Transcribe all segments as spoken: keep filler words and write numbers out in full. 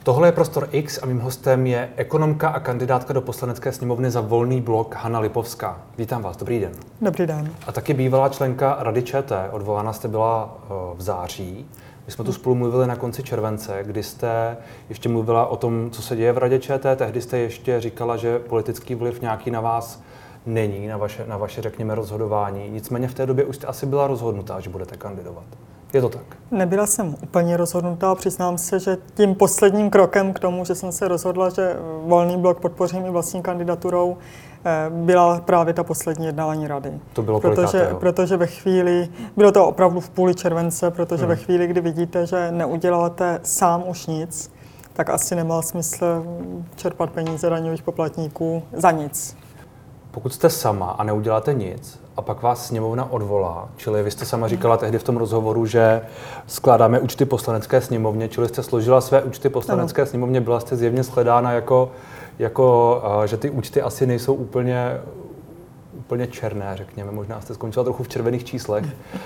Tohle je Prostor X a mým hostem je ekonomka a kandidátka do Poslanecké sněmovny za Volný blok Hana Lipovská. Vítám vás, dobrý den. Dobrý den. A taky bývalá členka Rady ČT, odvolána jste byla v září. My jsme tu spolu mluvili na konci července, kdy jste ještě mluvila o tom, co se děje v Radě ČT. Tehdy jste ještě říkala, že politický vliv nějaký na vás není, na vaše, na vaše, řekněme, rozhodování. Nicméně v té době už jste asi byla rozhodnutá, že budete kandidovat. Je to tak? Nebyla jsem úplně rozhodnutá, přiznám se, že tím posledním krokem k tomu, že jsem se rozhodla, že Volný blok podpořím i vlastní kandidaturou, byla právě ta poslední jednání rady. To bylo protože, protože ve chvíli, bylo to opravdu v půli července, protože hmm. ve chvíli, kdy vidíte, že neuděláte sám už nic, tak asi nemá smysl čerpat peníze daňových poplatníků za nic. Pokud jste sama a neuděláte nic, a pak vás sněmovna odvolá, čili vy jste sama říkala tehdy v tom rozhovoru, že skládáme účty poslanecké sněmovně, čili jste složila své účty poslanecké ano. sněmovně, byla jste zjevně shledána jako, jako že ty účty asi nejsou úplně, úplně černé, řekněme, možná jste skončila trochu v červených číslech.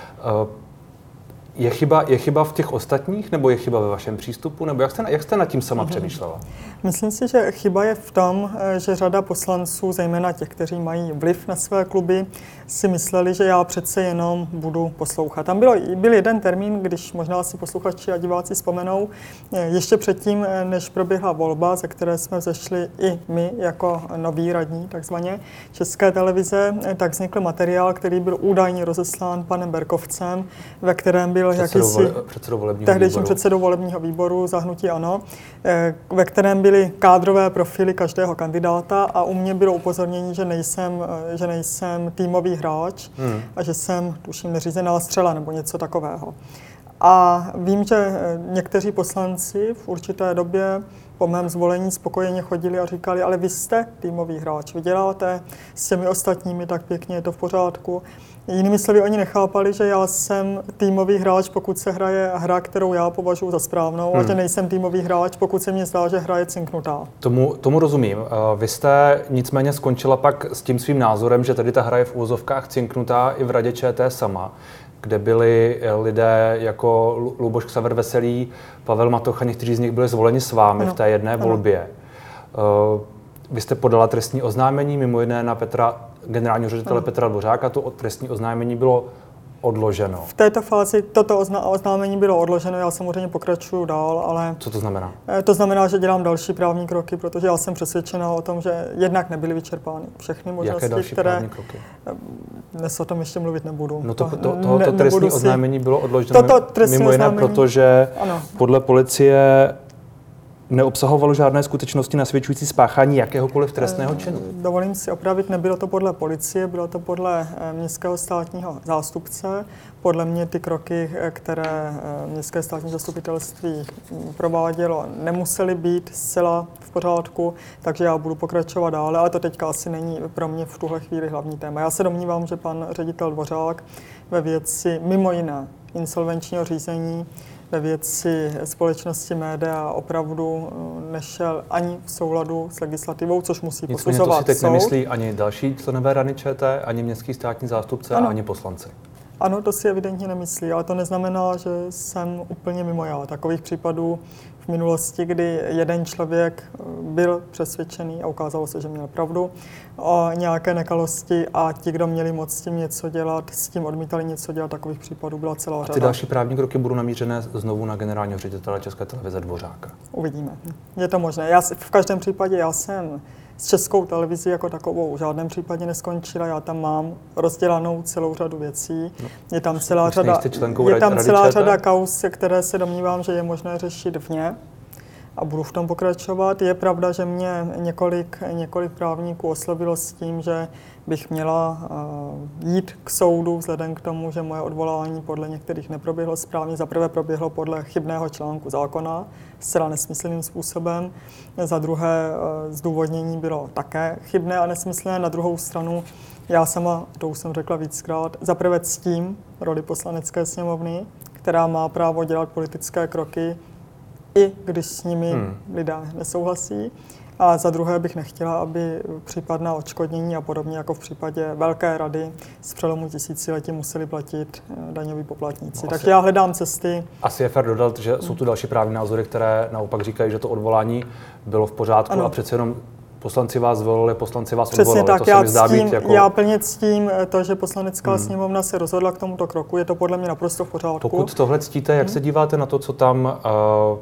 Je chyba, je chyba v těch ostatních, nebo je chyba ve vašem přístupu, nebo jak jste, jak jste nad tím sama přemýšlela? Myslím si, že chyba je v tom, že řada poslanců, zejména těch, kteří mají vliv na své kluby, si mysleli, že já přece jenom budu poslouchat. Tam bylo, byl jeden termín, když možná si posluchači a diváci vzpomenou, ještě předtím, než proběhla volba, ze které jsme vzešli i my jako noví radní, takzvaně České televize, tak vznikl materiál, který byl údajně rozeslán panem Berkovcem, ve kterém byl jakýsi tehdejším předsedou volebního výboru za hnutí ANO, ve kterém byly kádrové profily každého kandidáta a u mě bylo upozornění, že nejsem, že nejsem týmový hráč hmm. a že jsem, tuším, neřízená střela nebo něco takového. A vím, že někteří poslanci v určité době po mém zvolení spokojeně chodili a říkali, ale vy jste týmový hráč, vy děláte s těmi ostatními tak pěkně, je to v pořádku. Jinými slovy, oni nechápali, že já jsem týmový hráč, pokud se hraje hra, kterou já považuji za správnou, hmm. a že nejsem týmový hráč, pokud se mně zdá, že hra je cinknutá. Tomu, tomu rozumím. Vy jste nicméně skončila pak s tím svým názorem, že tady ta hra je v úvozovkách cinknutá i v Radě ČT sama, kde byli lidé jako Luboš Xaver Veselý, Pavel Matocha, někteří z nich byli zvoleni s vámi ano. v té jedné ano. volbě. Vy jste podala trestní oznámení, mimo jiné na Petra, generálního ředitele ano. Petra Dvořáka, to trestní oznámení bylo odloženo. V této fázi toto oznámení bylo odloženo, já samozřejmě pokračuju dál, ale... Co to znamená? To znamená, že dělám další právní kroky, protože já jsem přesvědčená o tom, že jednak nebyly vyčerpány všechny možnosti, Jaké další které... právní kroky? Dnes o tom ještě mluvit nebudu. No to, to, to, tohoto ne, trestní si... oznámení bylo odloženo mimo jiné, oznámení... protože ano. podle policie neobsahovalo žádné skutečnosti nasvědčující spáchání jakéhokoliv trestného činu. Dovolím si opravit, nebylo to podle policie, bylo to podle městského státního zástupce. Podle mě ty kroky, které městské státní zastupitelství provádělo, nemusely být zcela v pořádku, takže já budu pokračovat dále, ale to teďka asi není pro mě v tuhle chvíli hlavní téma. Já se domnívám, že pan ředitel Dvořák ve věci mimo jiné insolvenčního řízení ve věci společnosti média opravdu nešel ani v souladu s legislativou, což musí Nicméně posuzovat to si teď soud. Nemyslí ani další členové Rady ČT, ani městský státní zástupce ano. a ani poslanci. Ano, to si evidentně nemyslí, ale to neznamená, že jsem úplně mimo já. Takových případů v minulosti, kdy jeden člověk byl přesvědčený a ukázalo se, že měl pravdu o nějaké nekalosti a ti, kdo měli moc s tím něco dělat, s tím odmítali něco dělat, takových případů byla celá řada. A ty další právní kroky budou namířené znovu na generálního ředitele České televize Dvořáka? Uvidíme. Je to možné. Já, v každém případě já jsem s Českou televizí jako takovou v žádném případě neskončila. Já tam mám rozdělanou celou řadu věcí. No, je tam celá řada, je tam celá řada kauz, které se domnívám, že je možné řešit vně a budu v tom pokračovat. Je pravda, že mě několik, několik právníků oslovilo s tím, že bych měla uh, jít k soudu vzhledem k tomu, že moje odvolání podle některých neproběhlo správně. Za prvé proběhlo podle chybného článku zákona, zcela nesmyslným způsobem. Za druhé uh, zdůvodnění bylo také chybné a nesmyslné. Na druhou stranu já sama, to už jsem řekla víckrát, za prvé ctím roli Poslanecké sněmovny, která má právo dělat politické kroky, i když s nimi hmm. lidé nesouhlasí. A za druhé bych nechtěla, aby případná odškodnění a podobně jako v případě Velké rady z přelomu tisíciletí museli platit daňoví poplatníci. No, tak já hledám cesty. Asi je fér dodat, že jsou tu další právní názory, které naopak říkají, že to odvolání bylo v pořádku ano. a přece jenom poslanci vás zvolili, poslanci vás Přesně odvolali. Tak, to já, se mi zdá ctím, být jako... já plně ctím to, že poslanecká hmm. sněmovna se rozhodla k tomuto kroku. Je to podle mě naprosto v pořádku. Pokud tohle ctíte, jak hmm. se díváte na to, co tam, uh,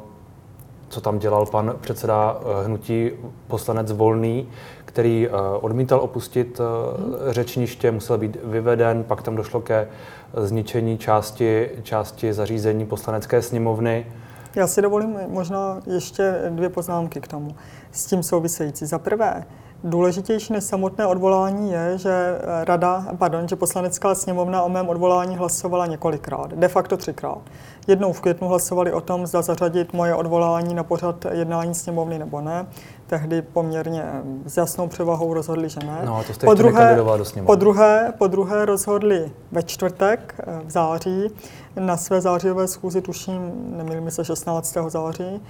co tam dělal pan předseda uh, hnutí poslanec Volný, který uh, odmítal opustit uh, hmm. řečniště, musel být vyveden, pak tam došlo ke zničení části, části zařízení poslanecké sněmovny. Já si dovolím možná ještě dvě poznámky k tomu s tím související. Za prvé, důležitější než samotné odvolání je, že rada, pardon, že poslanecká sněmovna o mém odvolání hlasovala několikrát, de facto třikrát. Jednou v květnu hlasovali o tom, zda zařadit moje odvolání na pořad jednání sněmovny nebo ne. Tehdy poměrně s jasnou převahou rozhodli, že ne. No, to jste po, druhé, do sněmovny. po, druhé, po druhé rozhodli ve čtvrtek v září na své zářijové schůzi, tuším, nemýlím se, šestnáctého září.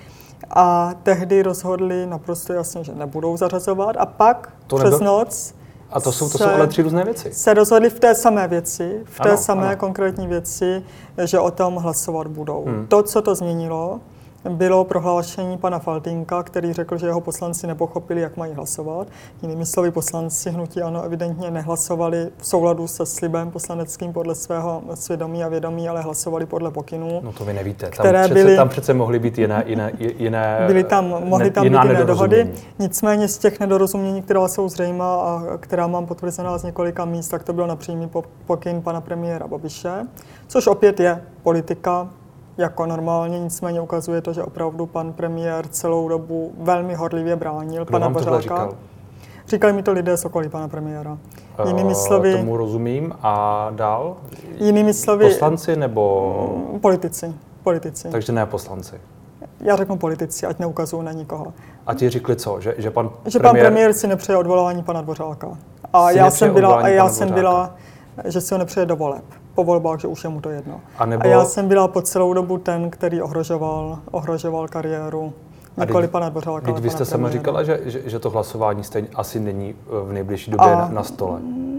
A tehdy rozhodli naprosto jasně, že nebudou zařazovat. A pak to přes nebyl... noc A to jsou, to jsou ale tři různé věci. Se rozhodli v té samé věci, v té ano, samé ano. konkrétní věci, že o tom hlasovat budou. Hmm. To, co to změnilo, bylo prohlášení pana Faltýnka, který řekl, že jeho poslanci nepochopili, jak mají hlasovat. Jinými slovy, poslanci hnutí ANO evidentně nehlasovali v souladu se slibem poslaneckým podle svého svědomí a vědomí, ale hlasovali podle pokynů. No to vy nevíte. Tam, které přece, byly, tam přece mohly být jiné, jiné, jiné byly tam, mohly ne, tam jiná být jiné dohody. Nicméně z těch nedorozumění, která jsou zřejmá a která mám potvrzená z několika míst, tak to byl napřímý pokyn pana premiéra Babiše, což opět je politika, jako normálně, nicméně ukazuje to, že opravdu pan premiér celou dobu velmi horlivě bránil Kdo pana vám tohle Dvořáka. Říkal? Říkali mi to lidé z okolí pana premiéra. Jinými slovy... Tomu rozumím. A dál? Jinými slovy... Poslanci nebo... Politici. Politici. Takže ne poslanci. Já řeknu politici, ať neukazuju na nikoho. A ti řekli co? Že, že pan že premiér... pan premiér si nepřeje odvolání pana Dvořáka. A já jsem byla, a já jsem byla, že si ho nepřeje do voleb. Po volbách, že už je mu to jedno. A, nebo... a já jsem byla po celou dobu ten, který ohrožoval, ohrožoval kariéru nikoli pana Dvořáka, ale vy jste sama říkala, že, že, že to hlasování stejně asi není v nejbližší době a na, na stole.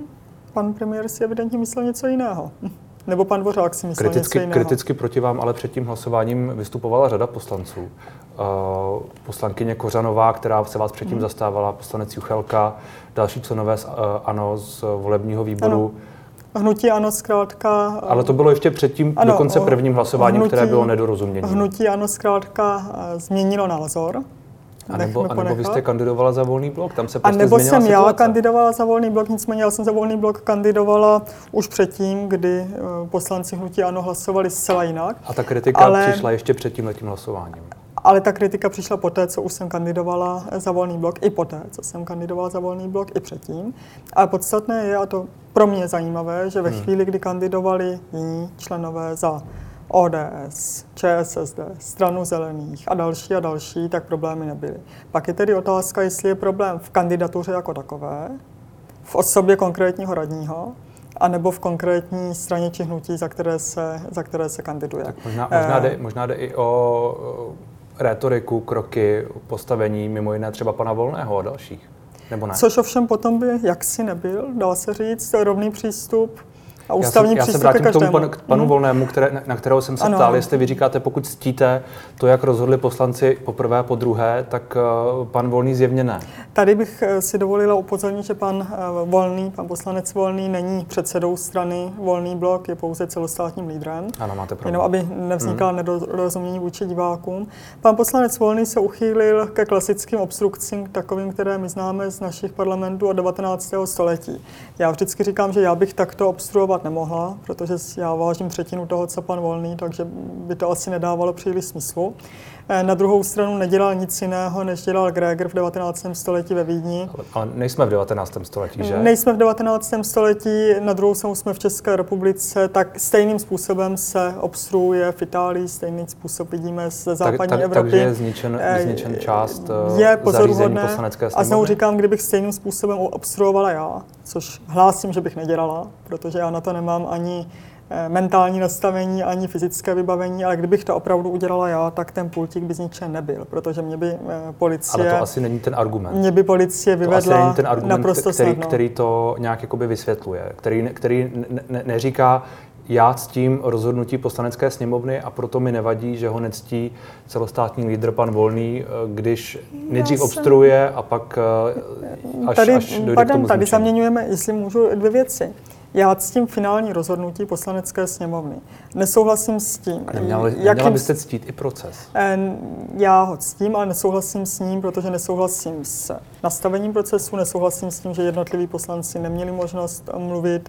Pan premiér si evidentně myslel něco jiného. Nebo pan Dvořák si myslel kriticky, něco jiného. Kriticky proti vám ale před tím hlasováním vystupovala řada poslanců. Uh, poslankyně Kořanová, která se vás předtím hmm. zastávala, poslanec Juchelka, další členové z uh, ANO z volebního výboru. Ano. Hnutí ANO zkrátka... Ale to bylo ještě předtím, ano, dokonce prvním hlasováním, hnutí, které bylo nedorozumění. Hnutí ANO zkrátka změnilo názor. A nebo, a nebo vy jste kandidovala za Volný blok, tam se prostě změnila situace. A nebo jsem já kandidovala za Volný blok, nicméně já jsem za Volný blok kandidovala už předtím, kdy poslanci hnutí ANO hlasovali zcela jinak. A ta kritika ale... přišla ještě před tímhletím hlasováním. Ale ta kritika přišla poté, co už jsem kandidovala za Volný blok, i poté, co jsem kandidovala za Volný blok, i předtím. Ale podstatné je, a to pro mě zajímavé, že ve hmm. chvíli, kdy kandidovali jiní členové za O D S, ČSSD, Stranu zelených a další a další, tak problémy nebyly. Pak je tedy otázka, jestli je problém v kandidatuře jako takové, v osobě konkrétního radního, anebo v konkrétní straně či hnutí, za které se, za které se kandiduje. Tak možná, možná, jde, možná jde i o rétoriku, kroky, postavení, mimo jiné třeba pana Volného a dalších, nebo ne? Což ovšem potom by jaksi nebyl, dá se říct, rovný přístup a ústavní já se, přístup já se vrátím ke každému. k tomu panu, panu Volnému, které, na kterého jsem se ano. ptal, jestli vy říkáte, pokud ctíte to, jak rozhodli poslanci poprvé a po druhé, tak uh, pan Volný zjevně ne. Tady bych si dovolila upozornit, že pan uh, Volný, pan poslanec Volný není předsedou strany Volný blok, je pouze celostátním lídrem. Ano, máte pravdu. Jenom aby nevznikala hmm. nedorozumění vůči divákům. Pan poslanec Volný se uchýlil ke klasickým obstrukcím, takovým, které my známe z našich parlamentů od devatenáctého století. Já vždycky říkám, že já bych takto obstruovat nemohla, protože já vážím třetinu toho, co pan Volný, takže by to asi nedávalo příliš smyslu. Na druhou stranu nedělal nic jiného, než dělal Grégr v devatenáctém století ve Vídni. Ale, ale nejsme v devatenáctém století, že? Nejsme v devatenáctém století, na druhou stranu jsme v České republice, tak stejným způsobem se obstruuje v Itálii, stejný způsob vidíme ze západní tak, tak, Evropy. Takže je zničen, zničen část je zařízení poslanecké sněmovny. A znovu říkám, kdybych stejným způsobem obstruovala já, což hlásím, že bych nedělala, protože já na to nemám ani mentální nastavení, ani fyzické vybavení, ale kdybych to opravdu udělala já, tak ten pultík by zničen nebyl, protože mě by policie... Ale to asi není ten argument. Mě by policie vyvedla naprosto to asi není ten argument, který, snadno. který to nějak jakoby vysvětluje, který, který ne, ne, neříká, já ctím rozhodnutí Poslanecké sněmovny a proto mi nevadí, že ho nectí celostátní lídr pan Volný, když nejdřív jsem... obstruuje a pak až, tady, až dojde pardon, k tomu tady zničení. zaměňujeme, jestli můžu, dvě věci. Já ctím finální rozhodnutí Poslanecké sněmovny. Nesouhlasím s tím. Neměla, neměla byste ctít i proces? Já ho ctím, ale nesouhlasím s ním, protože nesouhlasím s nastavením procesu, nesouhlasím s tím, že jednotliví poslanci neměli možnost mluvit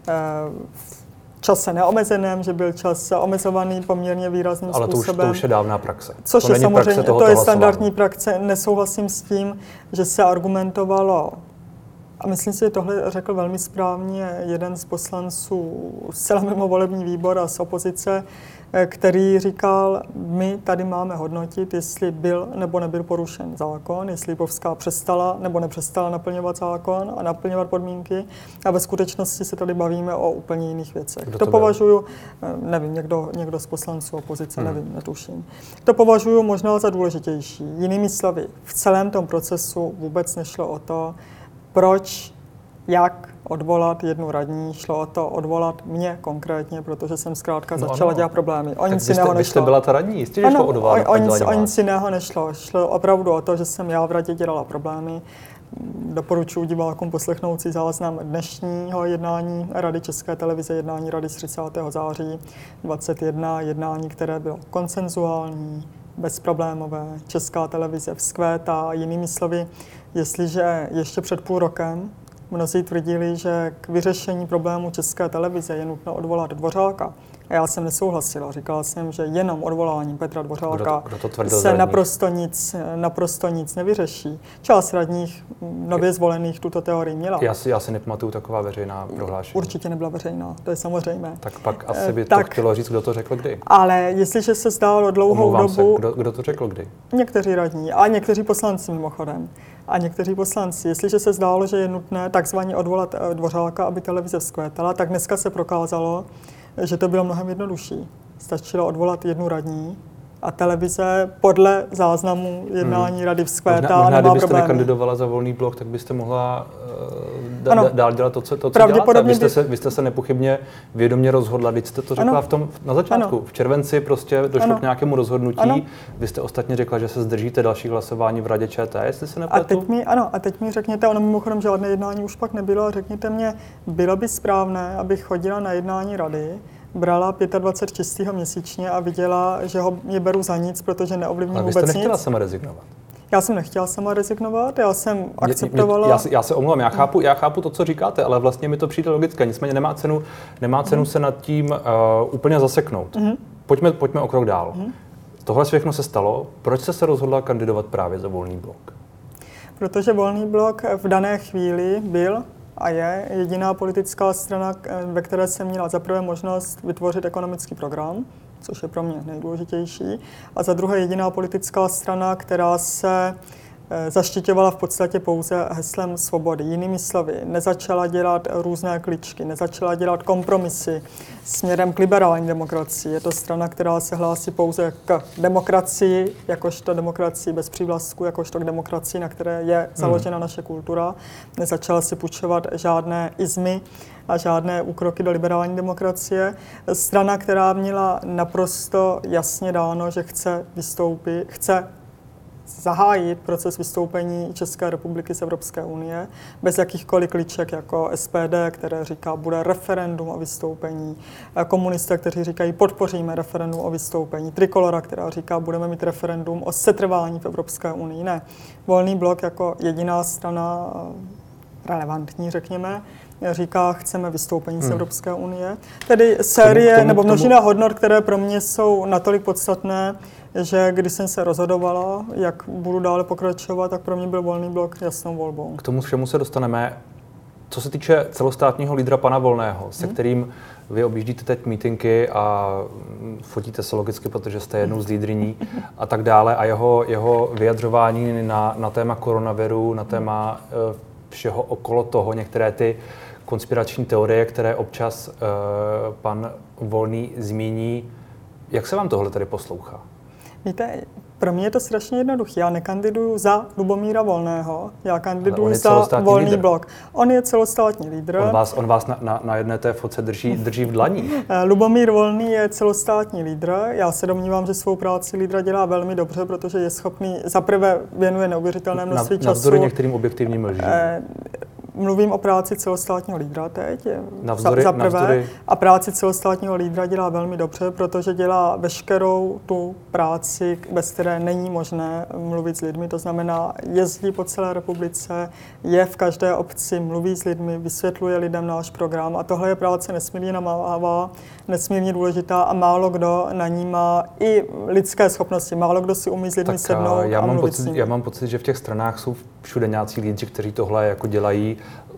v čase neomezeném, že byl čas omezovaný poměrně výrazným ale způsobem. Ale to už je dávná praxe. Což to je samozřejmě, to je standardní hlasování. praxe. Nesouhlasím s tím, že se argumentovalo. A myslím si, že tohle řekl velmi správně jeden z poslanců zcela mimo volební výbor a z opozice, který říkal, my tady máme hodnotit, jestli byl nebo nebyl porušen zákon, jestli Lipovská přestala nebo nepřestala naplňovat zákon a naplňovat podmínky. A ve skutečnosti se tady bavíme o úplně jiných věcech. Kdo to to považuji, nevím, někdo, někdo z poslanců opozice, hmm. nevím, netuším. To považuji možná za důležitější. Jinými slovy, v celém tom procesu vůbec nešlo o to, proč, jak odvolat jednu radní, šlo o to odvolat mě konkrétně, protože jsem zkrátka no začala ano. dělat problémy. O nic jiného nešlo. Vy jste byla ta radní, jistě, že šlo odvolat. O, o, o nic jiného nešlo. Šlo opravdu o to, že jsem já v radě dělala problémy. Doporučuji divákům poslechnout si záznam dnešního jednání Rady České televize, jednání Rady z třicátého září dvacet jedna, jednání, které bylo konsenzuální, bezproblémové. Česká televize vzkvétá, jinými slovy, jestliže ještě před půl rokem mnozí tvrdili, že k vyřešení problému České televize je nutno odvolat Dvořáka. A já jsem nesouhlasila. Říkala jsem, že jenom odvoláním Petra Dvořáka kdo to, kdo to se naprosto nic, naprosto nic nevyřeší. Část radních nově zvolených tuto teorii měla. Já si, já si nepamatuju taková veřejná prohlášení. Určitě nebyla veřejná, to je samozřejmé. Tak pak asi by tak, to chtělo říct, kdo to řekl kdy. Ale jestliže se zdálo dlouhou Omlouvám dobu... Se, kdo, kdo to řekl kdy? Někteří radní a někteří poslanci mimochodem. A někteří poslanci, jestliže se zdálo, že je nutné takzvaně odvolat Dvořáka, aby televize vzkvétala, tak dneska se prokázalo, že to bylo mnohem jednodušší. Stačilo odvolat jednu radní a televize podle záznamu jednání hmm. rady vzkvétá možná, možná, a nemá kdybyste problémy. nekandidovala za Volný blok, tak byste mohla uh, d- dál dělat to, co, to, co děláte. Vy jste, se, vy jste se nepochybně vědomě rozhodla, když jste to řekla v tom, na začátku. Ano. V červenci prostě došlo ano. k nějakému rozhodnutí. Ano. Vy jste ostatně řekla, že se zdržíte dalších hlasování v Radě ČT, jestli se nepletu. A teď mi, ano, a teď mi řekněte, ono mimochodem žádné jednání už pak nebylo, a řekněte mě, bylo by správné, abych chodila na jednání rady, brala dvacet pět čistého měsíčně a viděla, že ho je beru za nic, protože neovlivní vůbec nic. Ale vy jste nechtěla sama rezignovat. Já jsem nechtěla sama rezignovat, já jsem akceptovala... Mě, mě, já, já se omlouvám, já chápu, já chápu to, co říkáte, ale vlastně mi to přijde logické. Nicméně nemá cenu, nemá cenu mm. se nad tím uh, úplně zaseknout. Mm. Pojďme, pojďme o krok dál. Mm. Tohle všechno se stalo. Proč jste se rozhodla kandidovat právě za Volný blok? Protože Volný blok v dané chvíli byl a je jediná politická strana, ve které jsem měla za prvé možnost vytvořit ekonomický program, což je pro mě nejdůležitější, a za druhé jediná politická strana, která se zaštiťovala v podstatě pouze heslem svobody. Jinými slovy, nezačala dělat různé kličky, nezačala dělat kompromisy směrem k liberální demokracii. Je to strana, která se hlásí pouze k demokracii, jakožto demokracii bez přívlastku, jakožto k demokracii, na které je založena hmm. naše kultura. Nezačala si půjčovat žádné izmy a žádné úkroky do liberální demokracie. Strana, která měla naprosto jasně dáno, že chce vystoupit, chce zahájit proces vystoupení České republiky z Evropské unie bez jakýchkoliv kliček jako S P D, které říká, bude referendum o vystoupení, komunisté, kteří říkají, podpoříme referendum o vystoupení, Trikolora, která říká, budeme mít referendum o setrvání v Evropské unii. Ne. Volný blok jako jediná strana relevantní, řekněme, říká, chceme vystoupení hmm. z Evropské unie. Tedy série tomu, tomu, nebo množina tomu... hodnot, které pro mě jsou natolik podstatné, že když jsem se rozhodovala, jak budu dále pokračovat, tak pro mě byl Volný blok jasnou volbou. K tomu všemu se dostaneme. Co se týče celostátního lídra pana Volného, se hmm. kterým vy objíždíte teď mítinky a fotíte se logicky, protože jste jednou z lídryní a tak dále, a jeho, jeho vyjadřování na, na téma koronaviru, na téma uh, všeho okolo toho, některé ty konspirační teorie, které občas uh, pan Volný zmíní. Jak se vám tohle tady poslouchá? Víte, pro mě je to strašně jednoduché. Já nekandiduju za Lubomíra Volného, já kandiduju za Volný lídr. blok. On je celostátní lídr. On vás, on vás na, na, na jedné té fotce drží, drží v dlaní. Lubomír Volný je celostátní lídr. Já se domnívám, že svou práci lídra dělá velmi dobře, protože je schopný, zaprvé věnuje neuvěřitelné množství času. Navzdory některým objektivním lžím. Eh, Mluvím o práci celostátního lídra teď, navzdory, za prvé. Navzdory. A práci celostátního lídra dělá velmi dobře, protože dělá veškerou tu práci, bez které není možné mluvit s lidmi. To znamená, jezdí po celé republice, je v každé obci, mluví s lidmi, vysvětluje lidem náš program. A tohle je práce nesmírně namáhavá, nesmírně důležitá a málo kdo na ní má i lidské schopnosti. Málo kdo si umí s lidmi tak sednout já a mám mluvit pocit, s nimi. Já mám pocit, že v těch stranách jsou všude nějací lídři, kteří tohle jako dělají.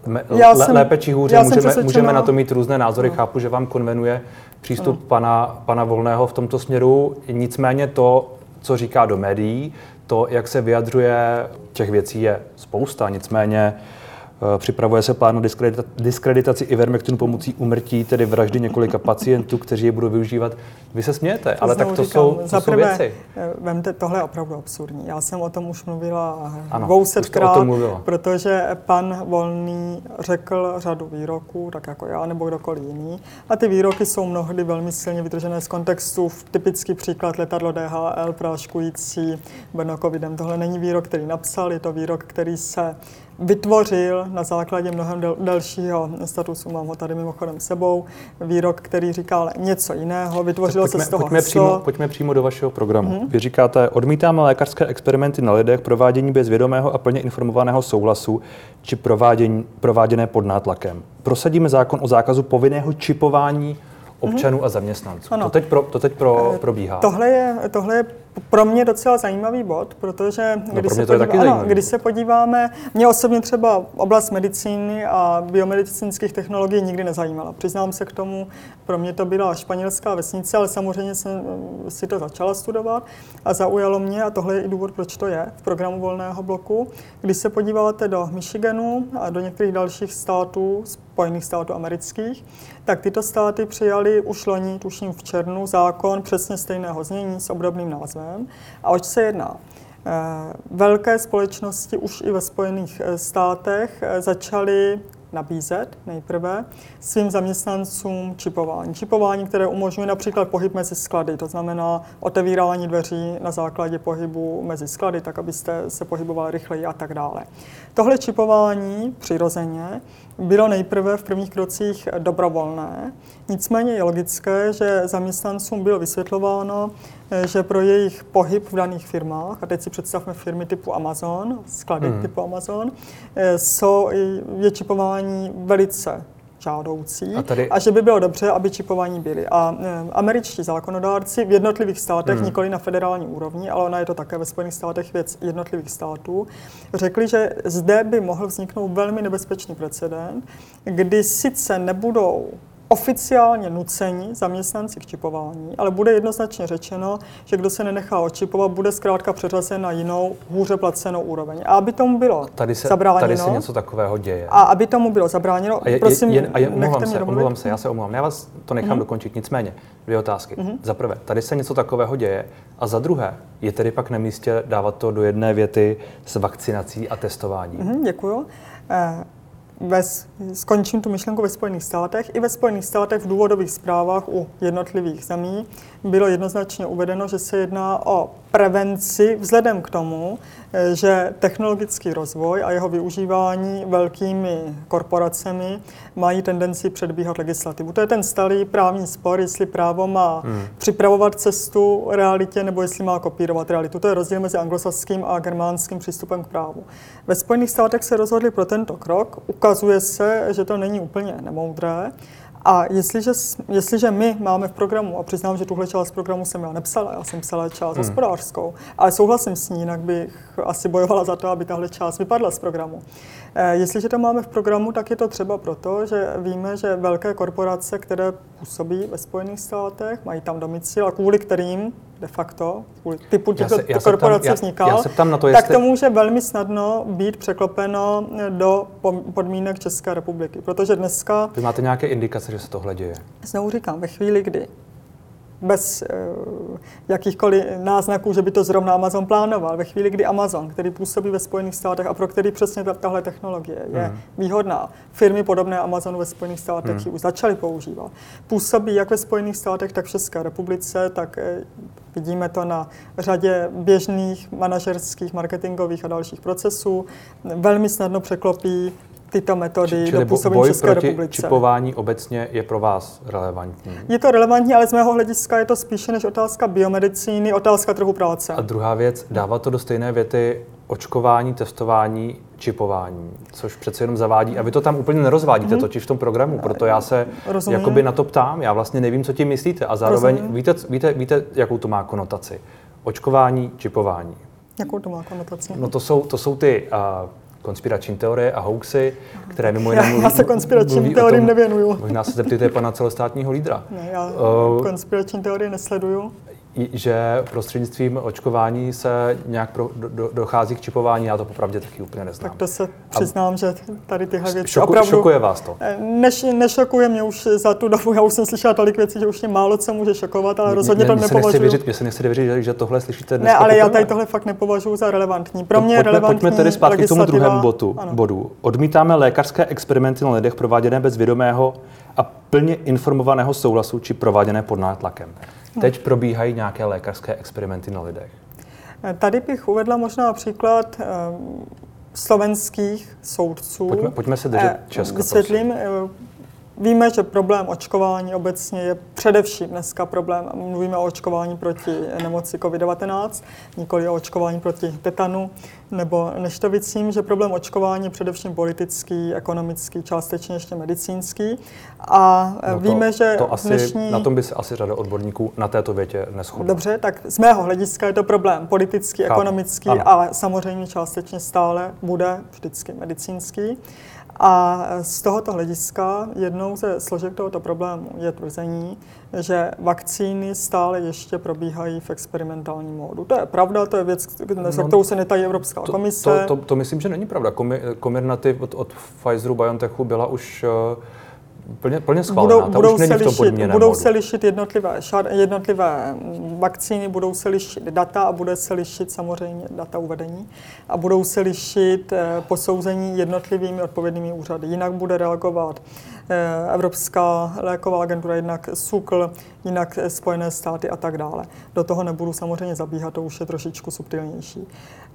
Já jsem, lépe či hůře, můžeme, můžeme na to mít různé názory. No. Chápu, že vám konvenuje přístup no. pana, pana Volného v tomto směru. Nicméně to, co říká do médií, to, jak se vyjadřuje, těch věcí je spousta. Nicméně připravuje se plán na diskredita- diskreditaci Ivermectinu pomocí úmrtí, tedy vraždy několika pacientů, kteří je budou využívat. Vy se smějete, ale tak to říkám, jsou, to jsou věci. Vemte, tohle je opravdu absurdní. Já jsem o tom už mluvila dvousetkrát, protože pan Volný řekl řadu výroků, tak jako já nebo kdokoliv jiný. A ty výroky jsou mnohdy velmi silně vytržené z kontextu. Typický příklad letadlo D H L práškující Brno covidem. Tohle není výrok, který napsal, je to výrok, který se vytvořil na základě mnohem del, delšího statusu, mám ho tady mimochodem sebou, výrok, který říkal něco jiného, vytvořilo pojďme, se z toho pojďme přímo, pojďme přímo do vašeho programu. Mm-hmm. Vy říkáte, odmítáme lékařské experimenty na lidech, provádění bez vědomého a plně informovaného souhlasu či provádění, prováděné pod nátlakem. Prosadíme zákon o zákazu povinného čipování občanů mm-hmm. a zaměstnanců. To teď, pro, to teď pro, probíhá. Tohle je, tohle je pro mě docela zajímavý bod, protože no, když, se podívá, ano, když se podíváme, mě osobně třeba oblast medicíny a biomedicínských technologií nikdy nezajímala. Přiznám se k tomu, pro mě to byla španělská vesnice, ale samozřejmě jsem si to začala studovat a zaujalo mě, a tohle je i důvod, proč to je v programu Volného bloku. Když se podíváte do Michiganu a do některých dalších států, Spojených států amerických, tak tyto státy přijali už loni, tuším v červnu, zákon přesně stejného znění s obdobným názvem. A oč se jedná? Velké společnosti už i ve Spojených státech začaly nabízet nejprve svým zaměstnancům čipování. Čipování, které umožňuje například pohyb mezi sklady, to znamená otevírání dveří na základě pohybu mezi sklady, tak abyste se pohybovali rychleji a tak dále. Tohle čipování přirozeně bylo nejprve v prvních krocích dobrovolné, nicméně je logické, že zaměstnancům bylo vysvětlováno, že pro jejich pohyb v daných firmách, a teď si představme firmy typu Amazon, sklady hmm. typu Amazon, jsou, je čipování velice žádoucí a, tady... a že by bylo dobře, aby čipování byly. A e, američtí zákonodárci v jednotlivých státech, hmm. nikoli na federální úrovni, ale ona je to také ve Spojených státech věc jednotlivých států, řekli, že zde by mohl vzniknout velmi nebezpečný precedent, kdy sice nebudou oficiálně nuceni zaměstnanci k čipování, ale bude jednoznačně řečeno, že kdo se nenechá očipovat, bude zkrátka přeřazen na jinou, hůře placenou úroveň. A aby tomu bylo tady se, zabráněno... Tady se něco takového děje. A aby tomu bylo zabráněno, a je, prosím, je, a je, omlouvám, se, mě omlouvám se, já se omlouvám. Já vás to nechám mm-hmm. dokončit. Nicméně, dvě otázky. Mm-hmm. Za prvé, tady se něco takového děje. A za druhé, je tedy pak na místě dávat to do jedné věty s vakcinací a testováním. Mm-hmm, děkuju. Eh, Ve, skončím tu myšlenku ve Spojených státech. I ve Spojených státech v důvodových zprávách u jednotlivých zemí bylo jednoznačně uvedeno, že se jedná o prevenci vzhledem k tomu, že technologický rozvoj a jeho využívání velkými korporacemi mají tendenci předbíhat legislativu. To je ten starý právní spor, jestli právo má hmm. připravovat cestu realitě nebo jestli má kopírovat realitu. To je rozdíl mezi anglosaským a germánským přístupem k právu. Ve Spojených státech se rozhodli pro tento krok. Ukazuje se, že to není úplně nemoudré. A jestliže, jestliže my máme v programu, a přiznám, že tuhle část programu jsem já nepsala, já jsem psala část hmm. hospodářskou, ale souhlasím s ní, jinak bych asi bojovala za to, aby tahle část vypadla z programu. E, jestliže to máme v programu, tak je to třeba proto, že víme, že velké korporace, které působí ve Spojených státech, mají tam domicil a kvůli kterým de facto, kvůli typu těch já se, korporací já vznikal, já se ptám na to, tak jestli... to může velmi snadno být překlopeno do podmínek České republiky. Protože dneska... Vy máte nějaké indikace, že se tohle děje? Znovu říkám, ve chvíli, kdy bez uh, jakýchkoliv náznaků, že by to zrovna Amazon plánoval. Ve chvíli, kdy Amazon, který působí ve Spojených státech a pro který přesně tahle technologie je hmm. výhodná, firmy podobné Amazonu ve Spojených státech hmm. ji už začaly používat, působí jak ve Spojených státech, tak v České republice, tak eh, vidíme to na řadě běžných manažerských, marketingových a dalších procesů, velmi snadno překlopí tyto metody do působení boj České proti republice. čipování obecně je pro vás relevantní? Je to relevantní, ale z mého hlediska je to spíše než otázka biomedicíny, otázka trhu práce. A druhá věc, dává to do stejné věty očkování, testování, čipování, což přece jenom zavádí. A vy to tam úplně nerozvádíte, mm-hmm. totiž v tom programu, proto já se Rozumím. jakoby na to ptám. Já vlastně nevím, co tím myslíte. A zároveň víte, víte, víte, jakou to má konotaci. Očkování, čipování. Jakou to má konotaci? No to jsou, to jsou ty... Uh, konspirační teorie a hoaxy, které mimo jiné mluví... Já se konspiračním teoriím nevěnuju. Možná se zeptejte pana celostátního lídra. Ne, já uh, konspirační teorie nesleduju. Že prostřednictvím očkování se nějak pro, do, dochází k čipování, já to popravdě taky úplně neznám. Tak to se přiznám, a že tady tyhle věci šoku, opravdu... Šokuje vás to? Neš, nešokuje mě už za tu dobu, já už jsem slyšela tolik věcí, že už mě málo co může šokovat, ale rozhodně to nepovažuji. Mně se nechci věřit, že tohle slyšíte dneska. Ne, ale poprvé. já tady tohle fakt nepovažuji za relevantní. Pro mě je pojďme, relevantní Pojďme tedy zpátky k tomu druhému bodu, ano. bodu. Odmítáme lékařské experimenty na lidech prováděné bez vědomého a plně informovaného souhlasu či prováděné pod nátlakem. Teď probíhají nějaké lékařské experimenty na lidech. Tady bych uvedla možná příklad um, slovenských soudců. Pojďme, pojďme se držet Česka, Vysvětlím. Víme, že problém očkování obecně je především dneska problém, mluvíme o očkování proti nemoci covid devatenáct, nikoli o očkování proti tetanu nebo neštovicím, že problém očkování je především politický, ekonomický, částečně ještě medicínský. A no to, víme, že to asi, dnešní... na tom by se asi řada odborníků na této větě neshodla. Dobře, tak z mého hlediska je to problém politický, Chápu. ekonomický, ano. ale samozřejmě částečně stále bude vždycky medicínský. A z tohoto hlediska jednou ze složek tohoto problému je tvrzení, že vakcíny stále ještě probíhají v experimentálním módu. To je pravda, to je věc, za no, kterou se netají Evropská to, komise. To, to, to myslím, že není pravda. Comirnaty od, od Pfizeru, BioNTechu byla už uh, plně, plně schválená. Budou, Ta budou už není se v tom lišit, budou modu. se lišit jednotlivé, jednotlivé vakcíny, budou se lišit data a bude se lišit samozřejmě data uvedení a budou se lišit eh, posouzení jednotlivými odpovědnými úřady. Jinak bude reagovat eh, Evropská léková agentura, jinak SÚKL, jinak Spojené státy a tak dále. Do toho nebudu samozřejmě zabíhat, to už je trošičku subtilnější.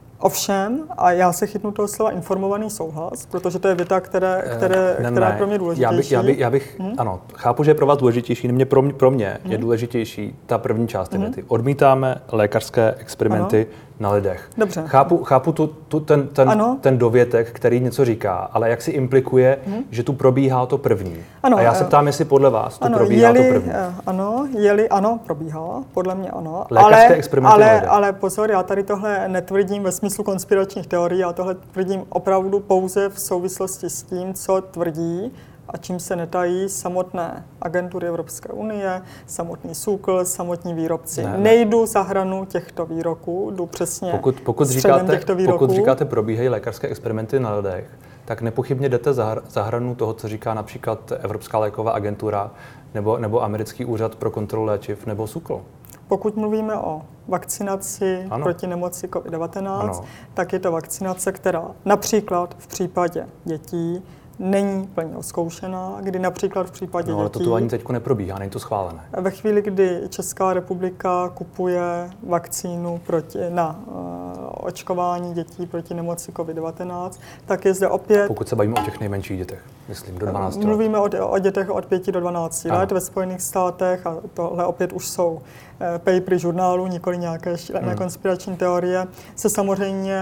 Ovšem, a já se chytnu toho slova informovaný souhlas, protože to je věta, které, které, ne, která ne. je pro mě důležitější. Já bych, já bych, já bych hmm? ano, chápu, že je pro vás důležitější, mě, pro mě, pro mě hmm? je důležitější ta první část hmm? věty. Odmítáme lékařské experimenty ano. na lidech. Dobře. Chápu, chápu tu, tu, ten, ten, ten dovětek, který něco říká, ale jak si implikuje, hmm? že tu probíhá to první. Ano, a já se ptám, jestli podle vás tu ano, probíhá jeli, to první. Ano, jeli, ano, probíhá, podle mě ano. Lékařské ale, experimenty ale, na lidech. ale pozor, já tady tohle netvrdím ve smyslu konspiračních teorií, já tohle tvrdím opravdu pouze v souvislosti s tím, co tvrdí a čím se netají samotné agentury Evropské unie, samotný SÚKL, samotní výrobci. Ne, ne. Nejdu za hranu těchto výroků, jdu přesně pokud, pokud středem říkáte, těchto výroků. Pokud říkáte, probíhají lékařské experimenty na lidech, tak nepochybně jdete za, za hranu toho, co říká například Evropská léková agentura nebo, nebo Americký úřad pro kontrolu léčiv nebo SÚKL. Pokud mluvíme o vakcinaci ano. proti nemoci covid devatenáct, ano. tak je to vakcinace, která například v případě dětí není plně oskoušená, kdy například v případě no, ale dětí... to tu ani teď neprobíhá, není to schválené. Ve chvíli, kdy Česká republika kupuje vakcínu proti, na uh, očkování dětí proti nemoci covid devatenáct, tak je zde opět... Pokud se bavíme o těch nejmenších dětech, myslím, do dvanácti let. Mluvíme o, o dětech od pěti do dvanácti let ve Spojených státech a tohle opět už jsou uh, papery žurnálu, nikoli nějaké šílené hmm. konspirační teorie, se samozřejmě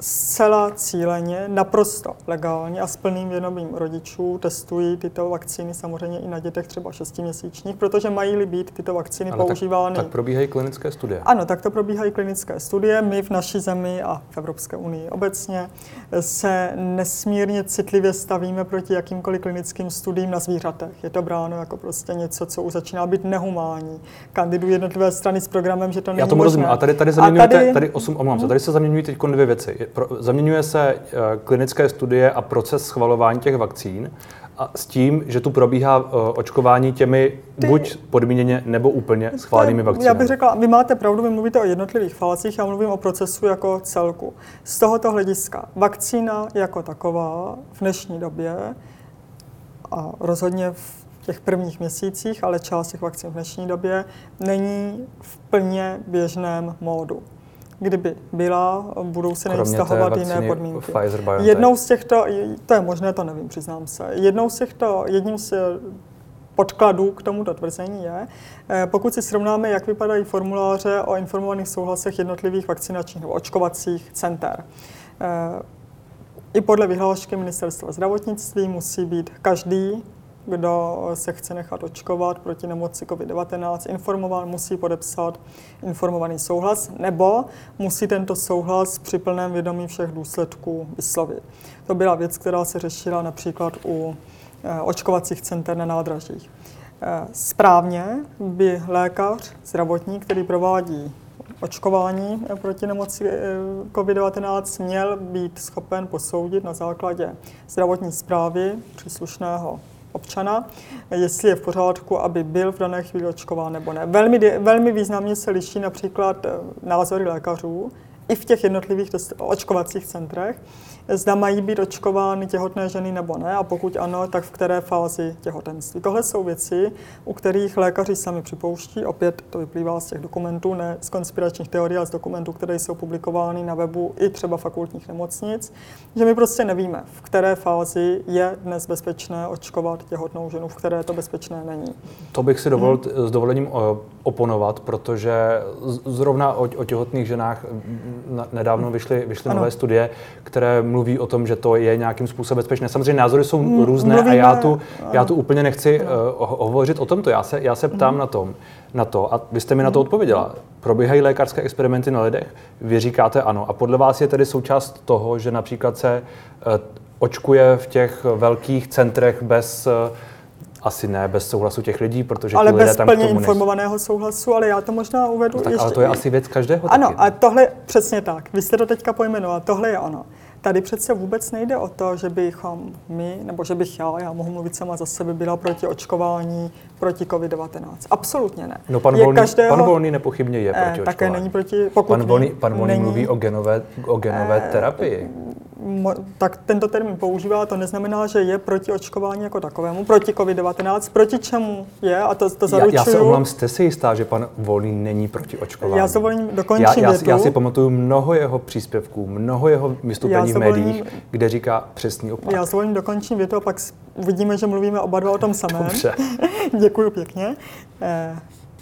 zcela cíleně, naprosto legálně a s plným vědomím rodičů testují tyto vakcíny samozřejmě i na dětech třeba šestiměsíčních, protože mají-li být tyto vakcíny Ale používány. Tak, tak probíhají klinické studie. Ano, tak to probíhají klinické studie. My v naší zemi a v Evropské unii obecně se nesmírně citlivě stavíme proti jakýmkoliv klinickým studiím na zvířatech. Je to bráno jako prostě něco, co už začíná být nehumánní. Kandidují jednotlivé strany s programem, že to není Já tomu možné. rozumím. A tady, tady zaměňujete, tady, tady, osm, omlám se, tady se zaměňují teď dvě věci. Zaměňuje se klinické studie a proces schvalování těch vakcín a s tím, že tu probíhá očkování těmi Ty, buď podmíněně nebo úplně schválenými vakcínami. Já bych řekla, vy máte pravdu, vy mluvíte o jednotlivých fázích, já mluvím o procesu jako celku. Z tohoto hlediska vakcína jako taková v dnešní době a rozhodně v těch prvních měsících, ale část těch vakcín v dnešní době není v plně běžném módu. Kdyby byla, budou se na ní vztahovat jiné podmínky. Pfizer, Jednou z těchto, to je možné, to nevím, přiznám se, jednou z těchto, jedním z podkladů k tomuto tvrzení je, pokud si srovnáme, jak vypadají formuláře o informovaných souhlasech jednotlivých vakcinačních nebo očkovacích center. I podle vyhlášky Ministerstva zdravotnictví musí být každý, kdo se chce nechat očkovat proti nemoci covid devatenáct, informován, musí podepsat informovaný souhlas, nebo musí tento souhlas při plném vědomí všech důsledků vyslovit. To byla věc, která se řešila například u očkovacích center na nádražích. Správně by lékař, zdravotník, který provádí očkování proti nemoci covid devatenáct, měl být schopen posoudit na základě zdravotní zprávy příslušného občana, jestli je v pořádku, aby byl v dané chvíli očkován nebo ne. Velmi, velmi významně se liší například názory lékařů i v těch jednotlivých očkovacích centrech, zda mají být očkovány těhotné ženy nebo ne, a pokud ano, tak v které fázi těhotenství. Tohle jsou věci, u kterých lékaři sami připouští, opět to vyplývá z těch dokumentů, ne z konspiračních teorií, ale z dokumentů, které jsou publikovány na webu i třeba fakultních nemocnic, že my prostě nevíme, v které fázi je dnes bezpečné očkovat těhotnou ženu, v které to bezpečné není. To bych si dovolil hmm. s dovolením oponovat, protože zrovna o, o těhotných ženách nedávno vyšly, vyšly nové studie, které mluví o tom, že to je nějakým způsobem bezpečné. Samozřejmě názory jsou mm, různé mluvíme, a já tu, já tu úplně nechci uh, hovořit o tomto. Já se, já se ptám mm. na, tom, na to a vy jste mi mm. na to odpověděla. Probíhají lékařské experimenty na lidech? Vy říkáte ano. A podle vás je tedy součást toho, že například se uh, očkuje v těch velkých centrech bez... Uh, Asi ne bez souhlasu těch lidí, protože ale ti lidé bez tam plně informovaného souhlasu, ale já to možná uvedu no tak, ještě. Ale to je asi věc každého. Ano, taky. a tohle přesně tak. Vy jste to teďka pojmenoval, tohle je ono. Tady přece vůbec nejde o to, že bychom my, nebo že bych já, já mohu mluvit sama za sebe, byla proti očkování proti covid devatenáct. Absolutně ne. No pan, Volný, každého, pan Volný nepochybně je proti očkování. Také není proti, pokud pan Volný, pan Volný není, mluví o genové, o genové eh, terapii. Mo, tak tento termín používá, to neznamená, že je proti očkování jako takovému, proti covid devatenáct, proti čemu je, a to, to zaručuju. Já, já se omlám, jste si jistá, že pan Volný není proti očkování? Já se dovolím dokončím já, já, větu. Já si pamatuju mnoho jeho příspěvků, mnoho jeho vystoupení v médiích, volím, kde říká přesný opak. Já se dovolím dokončím větu a pak uvidíme, že mluvíme oba dva o tom samém. Dobře. Děkuji pěkně. Eh,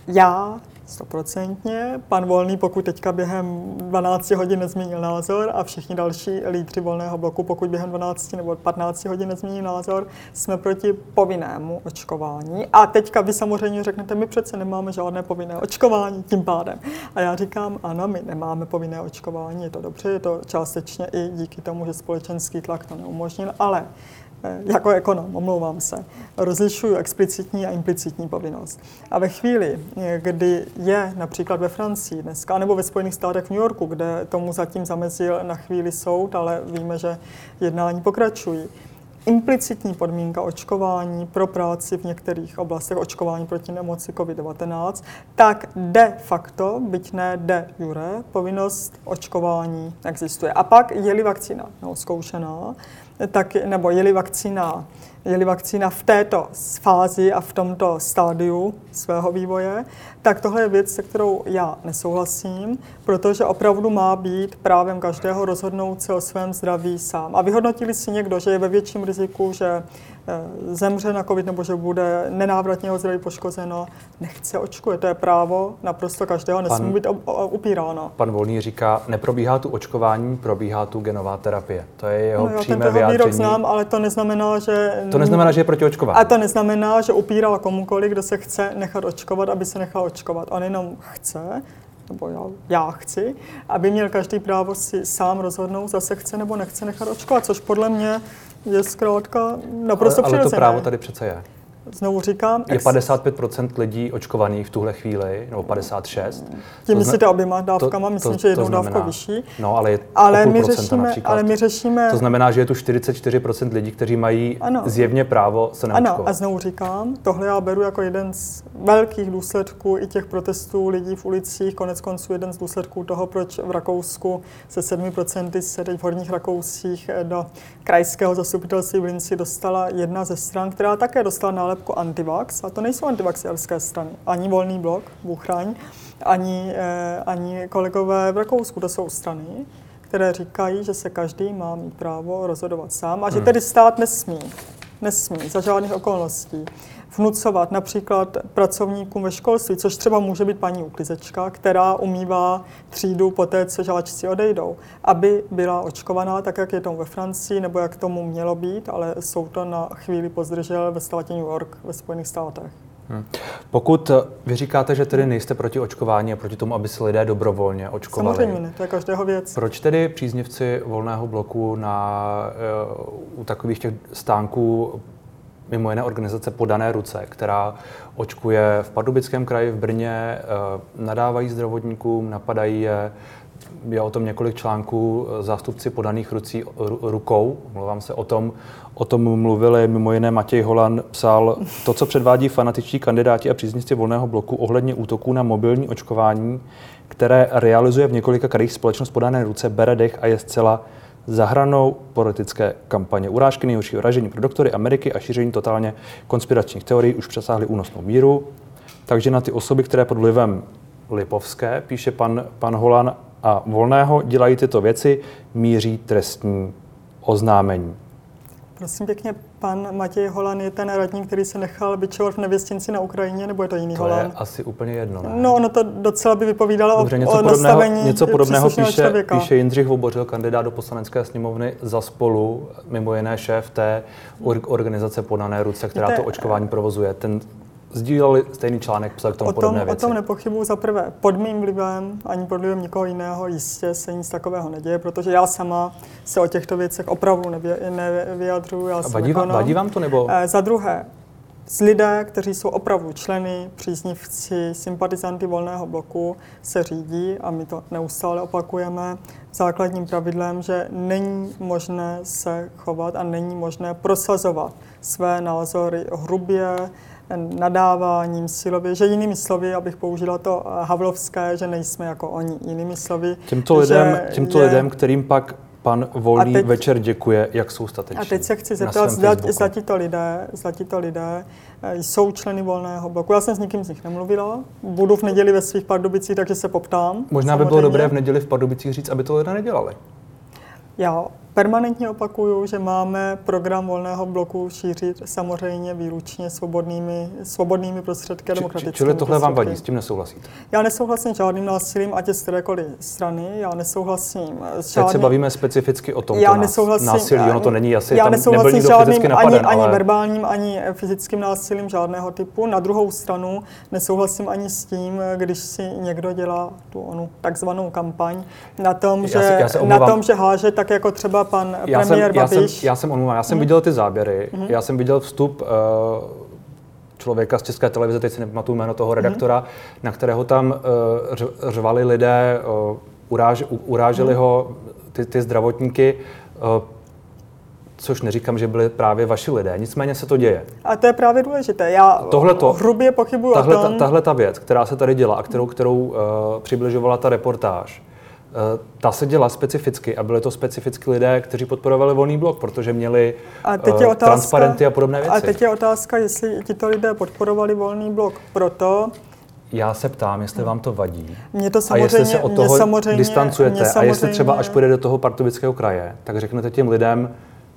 já stoprocentně. Pan Volný, pokud teďka během dvanácti hodin nezměnil názor a všichni další lídři Volného bloku, pokud během dvanácti nebo patnácti hodin nezmění názor, jsme proti povinnému očkování. A teďka vy samozřejmě řeknete, my přece nemáme žádné povinné očkování tím pádem. A já říkám, ano, my nemáme povinné očkování, je to dobře, je to částečně i díky tomu, že společenský tlak to neumožnil, ale jako ekonom, omlouvám se, rozlišuju explicitní a implicitní povinnost. A ve chvíli, kdy je například ve Francii dneska, nebo ve Spojených státech v New Yorku, kde tomu zatím zamezil na chvíli soud, ale víme, že jednání pokračují, implicitní podmínka očkování pro práci v některých oblastech, očkování proti nemoci covid devatenáct, tak de facto, byť ne de jure, povinnost očkování existuje. A pak je-li vakcína neozkoušená, tak, nebo je-li vakcína, je-li vakcína v této fázi a v tomto stádiu svého vývoje, tak tohle je věc, se kterou já nesouhlasím, protože opravdu má být právem každého rozhodnout se o svém zdraví sám. A vyhodnotili si někdo, že je ve větším riziku, že zemře na covid nebo že bude nenávratně jeho zdraví poškozeno, nechce očkuje. To je právo naprosto každého, nesmí pan, být upíráno. Pan Volný říká, neprobíhá tu očkování, probíhá tu genová terapie. To je jeho no, přímé ten vyjádření. Výrok znám, ale to neznamená, že... To neznamená, že je proti očkování. A to neznamená, že upíral komukoliv, kdo se chce nechat očkovat, aby se nechal očkovat. On jenom chce, nebo já, já chci, aby měl každý právo si sám rozhodnout, zase chce nebo nechce nechat očkovat, což podle mě je zkrátka naprosto přirozené. Ale to právo tady přece je. Znovu říkám... Je padesát pět procent lidí očkovaných v tuhle chvíli, nebo padesát šest procent. Tím myslíte oběma dávkama, to, myslím, to, že jednou dávkou vyšší. No, ale je ale my řešíme, například. Ale my řešíme... To znamená, že je tu čtyřicet čtyři procent lidí, kteří mají ano. zjevně právo se neočkovat. Ano, a znovu říkám, tohle já beru jako jeden z velkých důsledků i těch protestů lidí v ulicích, konec konců jeden z důsledků toho, proč v Rakousku se sedmi procenty se teď v Horních Rakousích do krajského zastupitelství v Linci dostala jedna ze stran, která také dostala nálepku antivax, a to nejsou antivaxiérské strany. Ani Volný blok, Bůh chraň, ani, eh, ani kolegové v Rakousku, to jsou strany, které říkají, že se každý má mít právo rozhodovat sám a že tedy stát nesmí, nesmí za žádných okolností vnucovat například pracovníkům ve školství, což třeba může být paní uklizečka, která umývá třídu po té, co žáčci odejdou, aby byla očkovaná, tak jak je tomu ve Francii, nebo jak tomu mělo být, ale jsou to na chvíli pozdržel ve státě New York ve Spojených státech. Hmm. Pokud vy říkáte, že tedy nejste proti očkování a proti tomu, aby se lidé dobrovolně očkovali. Samozřejmě ne, to je každého věc. Proč tedy příznivci Volného bloku na, uh, u takových těch stánků mimo jiné organizace Podané ruce, která očkuje v Pardubickém kraji, v Brně, nadávají zdravotníkům, napadají je. Je o tom několik článků, zástupci Podaných rucí rukou, mluvám se o tom, o tom mluvili, mimo jiné Matěj Holan psal, to, co předvádí fanatičtí kandidáti a příznivci Volného bloku ohledně útoků na mobilní očkování, které realizuje v několika krajích společnost Podané ruce, bere dech a je zcela za hranou politické kampaně. Urážky nejhoršího ražení pro doktory Ameriky a šíření totálně konspiračních teorií už přesáhly únosnou míru. Takže na ty osoby, které pod vlivem Lipovské, píše pan, pan Holan a Volného, dělají tyto věci, míří trestní oznámení. Prosím pěkně, pan Matěj Holan je ten radní, který se nechal bičovat v Nevěstinci na Ukrajině, nebo je to jiný to Holan? To je asi úplně jedno, ne? No, ono to docela by vypovídalo Dobře, o, něco o podobného, nastavení něco podobného píše, píše Jindřich Vobořil, kandidát do Poslanecké sněmovny za Spolu, mimo jiné šéf té organizace Podané ruce, která Víte, to očkování provozuje. Ten sdíleli stejný článek, psal k tomu o tom, podobné věci. O tom nepochybuji za prvé. Pod mým vlivem, ani pod vlivem nikoho jiného jistě se nic takového neděje, protože já sama se o těchto věcech opravdu nevyjadřuju. Já vadí, vám, vadí vám to, nebo? E, za druhé, z lidé, kteří jsou opravdu členy, příznivci, sympatizanty Volného bloku, se řídí, a my to neustále opakujeme, základním pravidlem, že není možné se chovat a není možné prosazovat své názory hrubě, nadáváním, silově, že jinými slovy, abych použila to havlovské, že nejsme jako oni, jinými slovy. Těmto lidem, těmto je... lidem, kterým pak pan Volný teď, večer děkuje, jak jsou stateční. A teď se chci zeptat, zda tito lidé, zda tito lidé jsou členy Volného bloku. Já jsem s nikým z nich nemluvila. Budu v neděli ve svých Pardubicích, takže se poptám. Možná by bylo dobré v neděli v Pardubicích říct, aby to lidé nedělali. Já permanentně opakuju, že máme program Volného bloku šířit samozřejmě výlučně svobodnými, svobodnými prostředky a demokratickými Čili tohle prostředky. vám vadí, s tím nesouhlasíte? Já nesouhlasím s žádným násilím, ať je z kterékoliv strany. Já nesouhlasím s žádným... Teď se bavíme specificky o tomto já nesouhlasím, násilí, ono to není asi, já tam nesouhlasím nebyl nikdo žádným, fyzicky napaden, ani, ale... ani verbálním, ani fyzickým násilím žádného typu. Na druhou stranu nesouhlasím ani s tím, když si někdo dělá tu onu takzvanou kampaň na tom, že, já se, já na tom, že háže tak jako třeba pan já premiér jsem, já Babiš. Jsem, já jsem omluvám, já jsem hmm. viděl ty záběry, hmm. já jsem viděl vstup uh, člověka z České televize, teď si nepamatuju jméno toho redaktora, hmm. na kterého tam uh, řvali lidé, uh, uráž, uráželi hmm. ho, ty, ty zdravotníky, uh, což neříkám, že byli právě vaši lidé, nicméně se to děje. A to je právě důležité. Já Tohleto, hrubě pochybuju tahle, o tom. Tahle ta věc, která se tady děla a kterou, kterou uh, přibližovala ta reportáž, ta se děla specificky a byly to specificky lidé, kteří podporovali Volný blok, protože měli a teď je otázka, transparenty a podobné věci. A teď je otázka, jestli tito lidé podporovali Volný blok proto... Já se ptám, jestli vám to vadí. Mě to samozřejmě, a jestli se od toho samozřejmě, distancujete samozřejmě, a jestli třeba až půjde do toho Pardubického kraje, tak řeknete těm lidem,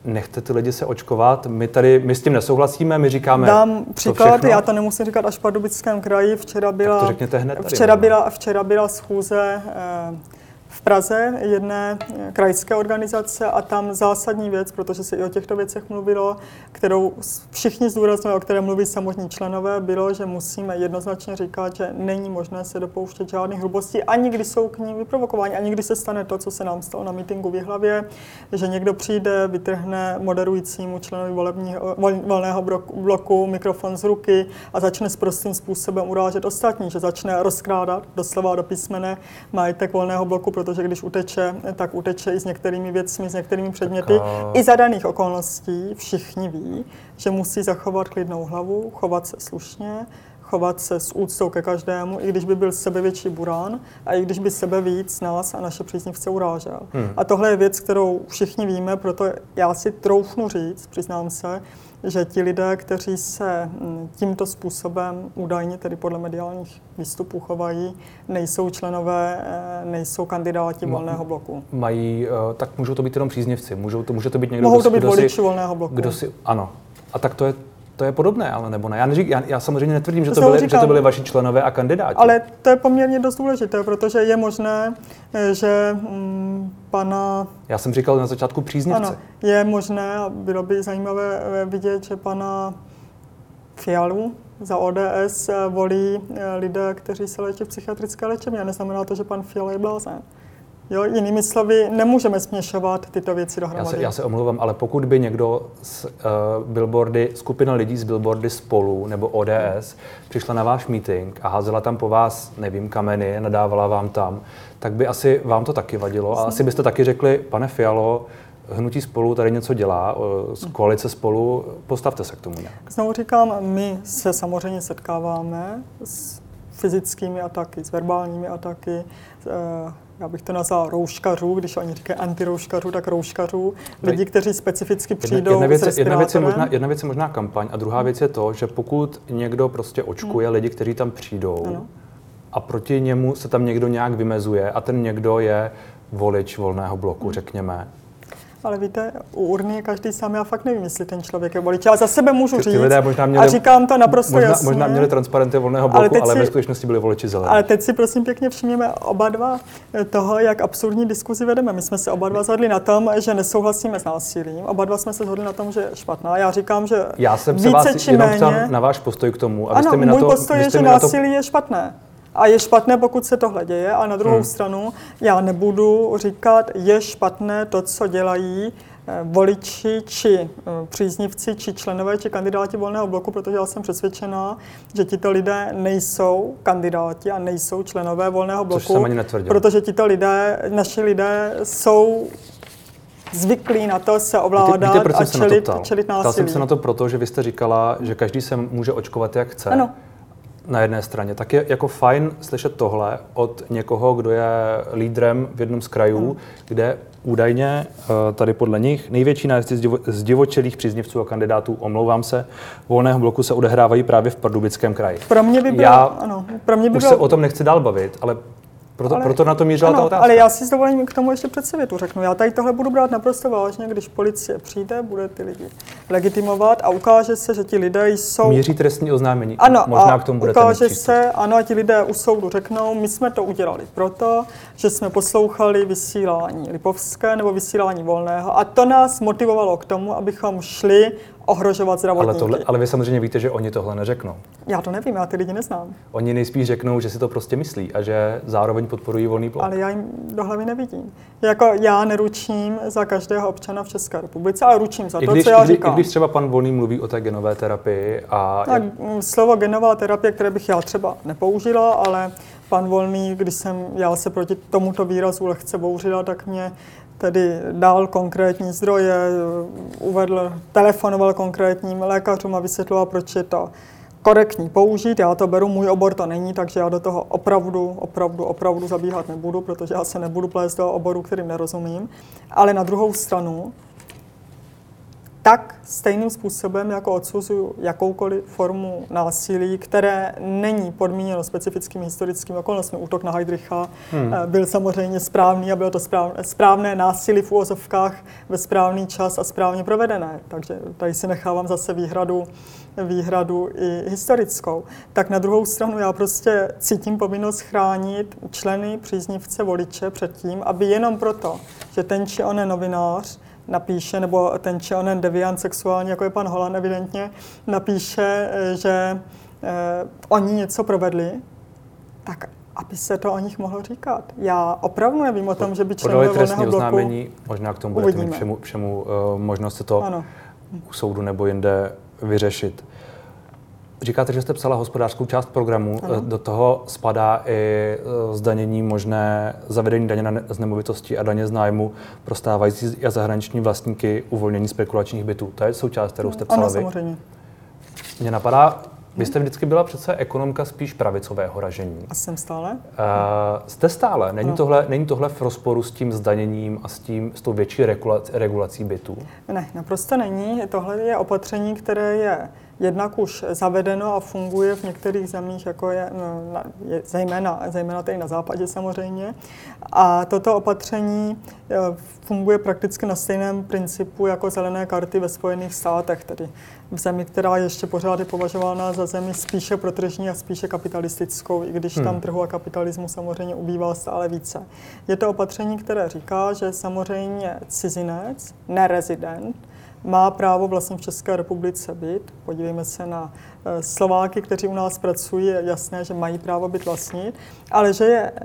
nechte ty lidi se očkovat, my tady, my s tím nesouhlasíme, my říkáme Dám příklad, všechno. Já to nemusím říkat až v Pardubickém kraji, včera byla, tak to řekněte hned tady, včera byla, včera byla schůze eh, v Praze jedné krajské organizace a tam zásadní věc, protože se i o těchto věcech mluvilo, kterou všichni zdůraznili, o které mluví samotní členové, bylo, že musíme jednoznačně říkat, že není možné se dopouštět žádných hrubostí, ani když jsou k ní vyprovokováni, ani když se stane to, co se nám stalo na mítinku v Jihlavě, že někdo přijde, vytrhne moderujícímu členovi volebního, vol, volného bloku mikrofon z ruky a začne s prostým způsobem urážet ostatní, že začne rozkrádat doslova do písmene majetek volného bloku, protože když uteče, tak uteče i s některými věcmi, s některými předměty. A... I za daných okolností všichni ví, že musí zachovat klidnou hlavu, chovat se slušně, chovat se s úctou ke každému, i když by byl sebevětší burán a i když by sebe víc nás a naše příznivce urážel. Hmm. A tohle je věc, kterou všichni víme, proto já si troufnu říct, přiznám se, že ti lidé, kteří se tímto způsobem údajně, tedy podle mediálních výstupů chovají, nejsou členové, nejsou kandidáti volného bloku. Mají, tak můžou to být jenom příznivci, můžou to, může to být někdo, Mohou kdo, to být kdo voliči si, volného bloku. Kdo si, ano. A tak to je To je podobné, ale nebo ne? Já, neřík, já, já samozřejmě netvrdím, že to, to byly, že to byly vaši členové a kandidáti. Ale to je poměrně dost důležité, protože je možné, že mm, pana... Já jsem říkal na začátku příznivce. Ano, je možné, a bylo by zajímavé vidět, že pana Fialu za O D S volí lidé, kteří se léčí v psychiatrické léčebně. A neznamená to, že pan Fiala je blázen. Jo, jinými slovy, nemůžeme směšovat tyto věci dohromady. Já se, já se omlouvám, ale pokud by někdo z uh, billboardy, skupina lidí z billboardy Spolu nebo O D S přišla na váš meeting a házela tam po vás, nevím, kameny, nadávala vám tam, tak by asi vám to taky vadilo. A asi byste taky řekli, pane Fialo, hnutí Spolu tady něco dělá, z koalice Spolu, postavte se k tomu nějak. Znovu říkám, my se samozřejmě setkáváme s fyzickými ataky, s verbálními ataky, já bych to nazval rouškařů, když oni říkají antirouškařů, tak rouškařů, lidi, kteří specificky přijdou jedna, jedna věc, s respirátorem. Jedna věc, je možná, jedna věc je možná kampaň a druhá věc je to, že pokud někdo prostě očkuje hmm. lidi, kteří tam přijdou ano. a proti němu se tam někdo nějak vymezuje a ten někdo je volič volného bloku, hmm. řekněme. Ale víte, u urny je každý sám, já fakt nevím, jestli ten člověk je volič. Já za sebe můžu ty, říct ty lidé možná měli, a říkám to naprosto možná, jasně. Možná měli transparenty volného bloku, ale, ale si, ve skutečnosti byli voliči zelení. Ale teď si prosím pěkně všimněme oba dva toho, jak absurdní diskuzi vedeme. My jsme se oba dva shodli na tom, že nesouhlasíme s násilím. Oba dva jsme se shodli na tom, že je špatná. Já říkám, že já jsem více se vás či jenom méně... ptal na váš postoj k tomu. Ano, mi můj na to, postoj je, že násilí to... je špatné. A je špatné, pokud se tohle děje. A na druhou hmm. stranu já nebudu říkat, je špatné to, co dělají voliči, či příznivci, či členové, či kandidáti volného bloku, protože já jsem přesvědčená, že tito lidé nejsou kandidáti a nejsou členové volného bloku. Což jsem ani netvrdil. Protože tito lidé, naši lidé jsou zvyklí na to se ovládat víte, víte, a čelit, čelit násilí. Ptal jsem se na to proto, že vy jste říkala, že každý se může očkovat, jak chce. Ano. Na jedné straně. Tak je jako fajn slyšet tohle od někoho, kdo je lídrem v jednom z krajů, hmm. kde údajně tady podle nich největší nájezdy z divočelých příznivců a kandidátů, omlouvám se, volného bloku se odehrávají právě v Pardubickém kraji. Pro mě by bylo, Já ano, pro mě by už bylo... se o tom nechci dál bavit, ale proto, ale, proto na to mířila ano, ta otázka. Ale já si s dovolením k tomu ještě předsevětu řeknu. Já tady tohle budu brát naprosto vážně, když policie přijde, bude ty lidi legitimovat a ukáže se, že ti lidé jsou... Míří trestní oznámení. Ano, možná k tomu budete ukáže se, ano, a ti lidé u soudu řeknou, my jsme to udělali proto, že jsme poslouchali vysílání Lipovské nebo vysílání Volného a to nás motivovalo k tomu, abychom šli ohrožovat zdravotníky. Ale, tohle, ale vy samozřejmě víte, že oni tohle neřeknou. Já to nevím, já ty lidi neznám. Oni nejspíš řeknou, že si to prostě myslí a že zároveň podporují volný blok. Ale já jim do hlavy nevidím. Jako já neručím za každého občana v České republice, ale ručím za I to, když, co já i když, říkám. I když třeba pan Volný mluví o té genové terapii a... Tak, jak... Slovo genová terapie, které bych já třeba nepoužila, ale pan Volný, když jsem já se proti tomuto výrazu lehce bouřila, tak mě tedy dal konkrétní zdroje, uvedl, telefonoval konkrétním lékařům a vysvětloval, proč je to korektní použít. Já to beru, můj obor to není, takže já do toho opravdu, opravdu, opravdu zabíhat nebudu, protože já se nebudu plést do oboru, kterým nerozumím. Ale na druhou stranu, tak stejným způsobem, jako odsuzuju jakoukoliv formu násilí, které není podmíněno specifickými historickými okolnostmi. Útok na Heydricha hmm. byl samozřejmě správný a bylo to správné, správné násilí v uvozovkách ve správný čas a správně provedené. Takže tady si nechávám zase výhradu, výhradu i historickou. Tak na druhou stranu já prostě cítím povinnost chránit členy, příznivce, voliče před tím, aby jenom proto, že ten či onen novinář napíše, nebo ten či onen deviant sexuální, jako je pan Holan evidentně, napíše, že eh, oni něco provedli, tak aby se to o nich mohlo říkat. Já opravdu nevím o tom, že by členové volného bloku... oznámení, možná k tomu budete mít všemu, všemu uh, možnost si to ano. u soudu nebo jinde vyřešit. Říkáte, že jste psala hospodářskou část programu, ano. Do toho spadá i zdanění možné, zavedení daně z nemovitosti a daně z nájmu pro stávající a zahraniční vlastníky, uvolnění spekulačních bytů. To je součást, kterou jste psala ano, vy. samozřejmě. Mně napadá, vy jste vždycky byla přece ekonomka spíš pravicového ražení. A jsem stále? Uh, jste stále. Není tohle, není tohle v rozporu s tím zdaněním a s, tím, s tou větší regulací, regulací bytů? Ne, naprosto není. Tohle je opatření, které je jednak už zavedeno a funguje v některých zemích, jako je, je zejména, zejména tady na západě samozřejmě. A toto opatření funguje prakticky na stejném principu jako zelené karty ve Spojených státech, tedy v zemi, která ještě pořád je považována za zemi spíše protržní a spíše kapitalistickou, i když hmm. tam trhu a kapitalismu samozřejmě ubývá stále více. Je to opatření, které říká, že samozřejmě cizinec, nerezident, má právo vlastně v České republice být. Podívejme se na Slováky, kteří u nás pracují, je jasné, že mají právo být vlastnit, ale že je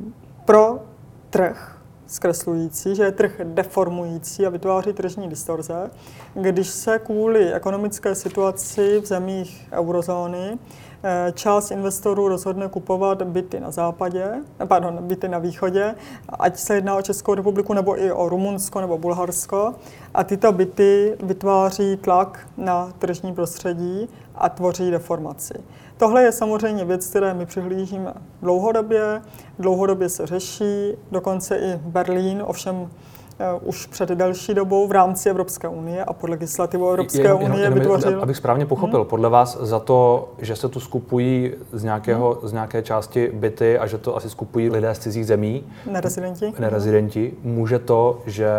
pro trh zkreslující, že je trh deformující a vytváří tržní distorze, když se kvůli ekonomické situaci v zemích eurozóny část investorů rozhodne kupovat byty na západě, pardon, byty na východě, ať se jedná o Českou republiku nebo i o Rumunsko nebo Bulharsko. A tyto byty vytváří tlak na tržní prostředí a tvoří deformaci. Tohle je samozřejmě věc, které my přihlížíme dlouhodobě, dlouhodobě se řeší, dokonce i Berlín, ovšem už před delší dobou v rámci Evropské unie a pod legislativou Evropské jenom, unie jenom, vytvořil... Abych správně pochopil, hmm. podle vás za to, že se tu skupují z, nějakého, hmm. z nějaké části byty a že to asi skupují lidé z cizích zemí, nerezidenti, nerezidenti může to, že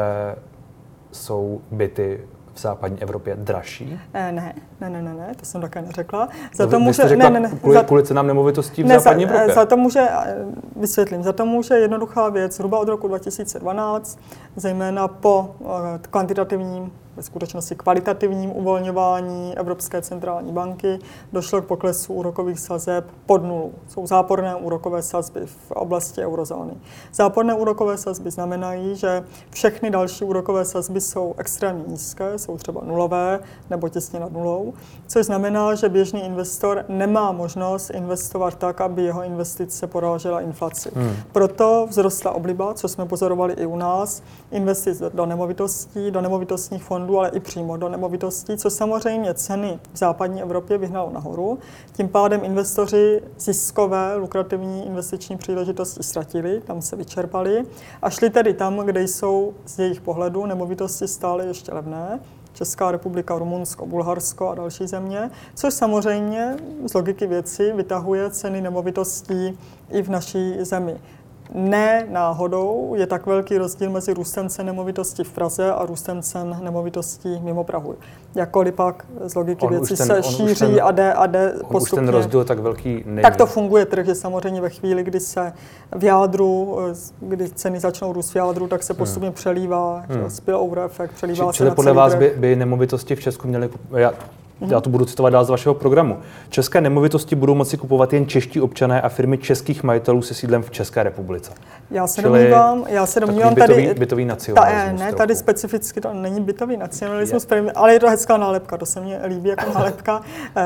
jsou byty v západní Evropě dražší? Ne, ne, ne, ne, ne, to jsem také neřekla. Za to to může, řekla, ne, ne, ne, kvůli, za, kvůli cenám nemovitostí v ne, západní za, Evropě? Za to může, vysvětlím, za to může jednoduchá věc. Zhruba od roku dva tisíce dvanáct, zejména po kvantitativním, ve skutečnosti kvalitativním uvolňování Evropské centrální banky došlo k poklesu úrokových sazeb pod nulu. Jsou záporné úrokové sazby v oblasti eurozóny. Záporné úrokové sazby znamenají, že všechny další úrokové sazby jsou extrémně nízké, jsou třeba nulové nebo těsně nad nulou, což znamená, že běžný investor nemá možnost investovat tak, aby jeho investice porážela inflaci. Hmm. Proto vzrostla obliba, co jsme pozorovali i u nás, investic do nemovitostí, do nemovitostních fondů, ale i přímo do nemovitostí, co samozřejmě ceny v západní Evropě vyhnalo nahoru. Tím pádem investoři ziskové, lukrativní investiční příležitosti ztratili, tam se vyčerpali a šli tedy tam, kde jsou z jejich pohledu nemovitosti stále ještě levné. Česká republika, Rumunsko, Bulharsko a další země, což samozřejmě z logiky věci vytahuje ceny nemovitostí i v naší zemi. Ne náhodou je tak velký rozdíl mezi růstem cen nemovitostí v Praze a růstem cen nemovitostí mimo Prahu. Jakkoliv pak z logiky on věcí ten, se šíří ten, a jde, a jde postupně. Už ten rozdíl tak velký není. Tak to funguje trh, že samozřejmě ve chvíli, kdy se v jádru, kdy ceny začnou růst v jádru, tak se postupně hmm. přelívá, hmm. spillover efekt, přelívá Či, se čili na podle celý vás trh. by, by nemovitosti v Česku měly... Já, mm-hmm. já to budu citovat dál z vašeho programu. České nemovitosti budou moci kupovat jen čeští občané a firmy českých majitelů se sídlem v České republice. Já se domnívám, já se domnívám bytový, tady... bytový nacionalismus. Ta, ne, trochu. Tady specificky to není bytový nacionalismus, je. ale je to hezká nálepka, to se mně líbí jako nálepka.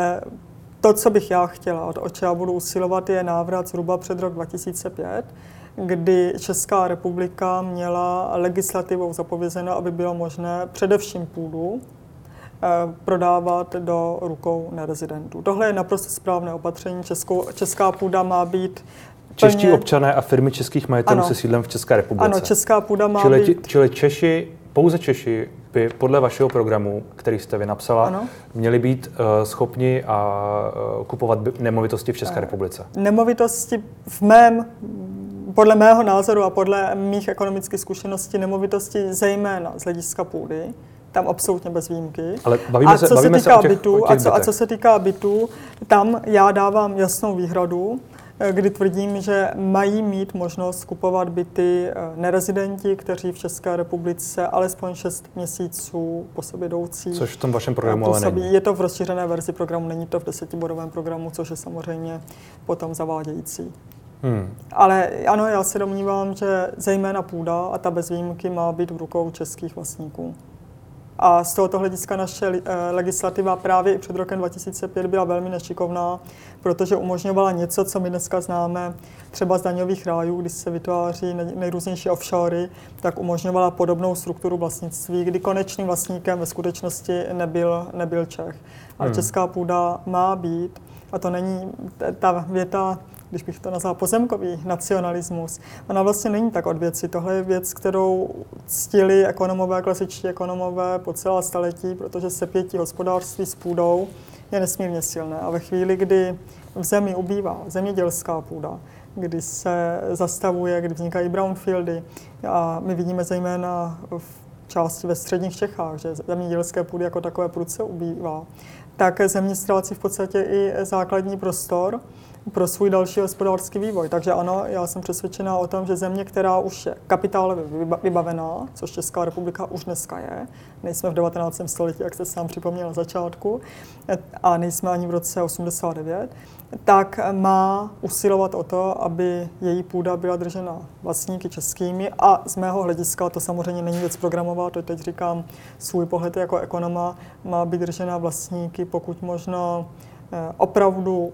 To, co bych já chtěla, o čem já budu usilovat, je návrat zhruba před rok dva tisíce pět, kdy Česká republika měla legislativou zapovězeno, aby bylo možné především půdu prodávat do rukou nerezidentů. Tohle je naprosto správné opatření. Českou, česká půda má být Čeští plně... občané a firmy českých majitelů se sídlem v České republice. Ano, česká půda má čili, být... Čili Češi, pouze Češi, by podle vašeho programu, který jste vy napsala, ano. měli být uh, schopni a uh, kupovat nemovitosti v České republice? Nemovitosti v mém, podle mého názoru a podle mých ekonomických zkušeností, nemovitosti zejména z hlediska půdy, tam absolutně bez výjimky. Ale bavíme a se, co bavíme se týká se o těch, bytů, o těch a, co, a co se týká bytů, tam já dávám jasnou výhradu, kdy tvrdím, že mají mít možnost kupovat byty nerezidenti, kteří v České republice alespoň šest měsíců po sobě jdoucí. Což v tom vašem programu ale není. Je to v rozšířené verzi programu, není to v desetibodovém programu, což je samozřejmě potom zavádějící. Hmm. Ale ano, já se domnívám, že zejména půda a ta bez výjimky má být v rukou českých vlastníků. A z tohoto hlediska naše legislativa právě i před rokem dva tisíce pět byla velmi nešikovná, protože umožňovala něco, co my dneska známe třeba z daňových rájů, když se vytváří nejrůznější offshory, tak umožňovala podobnou strukturu vlastnictví, kdy konečným vlastníkem ve skutečnosti nebyl, nebyl Čech. Ale hmm. česká půda má být, a to není ta věta, když bych to nazval pozemkový nacionalismus. Ona vlastně není tak od věci. Tohle je věc, kterou ctili ekonomové, klasičtí ekonomové po celá staletí, protože sepětí hospodářství s půdou je nesmírně silné. A ve chvíli, kdy v zemi ubývá zemědělská půda, kdy se zastavuje, kdy vznikají brownfieldy, a my vidíme zejména v části ve středních Čechách, že zemědělské půdy jako takové prudce ubývá, tak země ztrácí v podstatě i základní prostor pro svůj další hospodářský vývoj. Takže ano, já jsem přesvědčená o tom, že země, která už je kapitálově vybavená, což Česká republika už dneska je, nejsme v devatenáctém století, jak jste sám připomněl na začátku, a nejsme ani v roce osmdesát devět, tak má usilovat o to, aby její půda byla držena vlastníky českými, a z mého hlediska to samozřejmě není věc programová, to teď říkám svůj pohled jako ekonoma, má být držena vlastníky pokud možno opravdu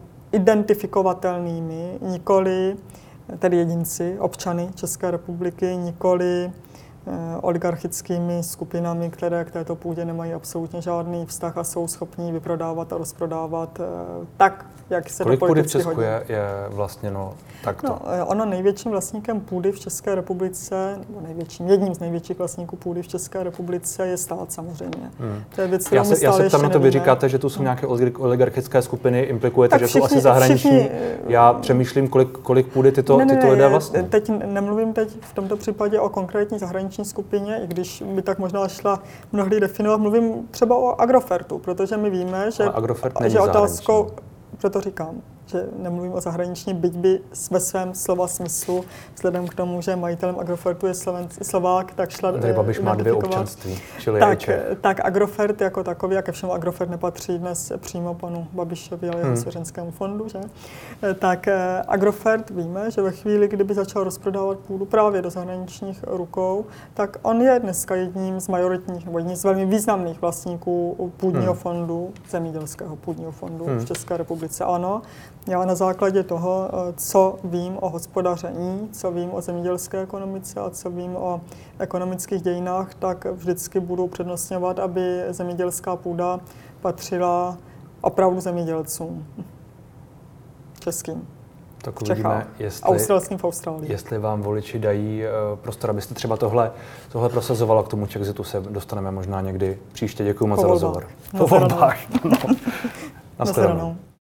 identifikovatelnými, nikoli tedy jedinci, občany České republiky, nikoli oligarchickými skupinami, které k této půdě nemají absolutně žádný vztah a jsou schopní vyprodávat a rozprodávat tak, jak se Kolik do politicky hodí. Kolik půdy v Česku je, je vlastněno takto? No, ono největším vlastníkem půdy v České republice, nebo největším, jedním z největších vlastníků půdy v České republice je stát samozřejmě. Hmm. To je věc, já se, já se tam na to, vy říkáte, že tu jsou nějaké oligarchické skupiny, implikujete, tak že všichni, jsou asi zahraniční. Všichni, já přemýšlím, kolik, kolik půdy tyto, ne, ne, tyto lidé vlastní. Teď nemluvím teď v tomto případě o konkrétní zahraniční skupině, i když by tak možná šla mnohdy definovat, mluvím třeba o Agrofertu, protože my víme, že, že otázkou, proto říkám, že nemluvím o zahraniční, byť by ve svém slova smyslu, vzhledem k tomu, že majitelem Agrofertu je Sloven, Slovák, tak šla Andrej Babiš má dvě občanství, čili tak, tak Agrofert jako takový, a ke všemu Agrofert nepatří dnes přímo panu Babišovi, ale jeho hmm. svěřenskému fondu, že? Tak Agrofert víme, že ve chvíli, kdyby začal rozprodávat půdu právě do zahraničních rukou, tak on je dneska jedním z majoritních, nebo jedním z velmi významných vlastníků půdního hmm. fondu, zemědělského půdního fondu hmm. v České republice. Ano, já na základě toho, co vím o hospodaření, co vím o zemědělské ekonomice a co vím o ekonomických dějinách, tak vždycky budu přednostňovat, aby zemědělská půda patřila opravdu zemědělcům českým. Tak uvidíme, jestli, australským v Austrálii. Jestli vám voliči dají uh, prostor, abyste třeba tohle, tohle prosazovala. K tomu Czexitu se dostaneme možná někdy příště. Děkuji moc za rozhovor. Po volbách. Nashledanou.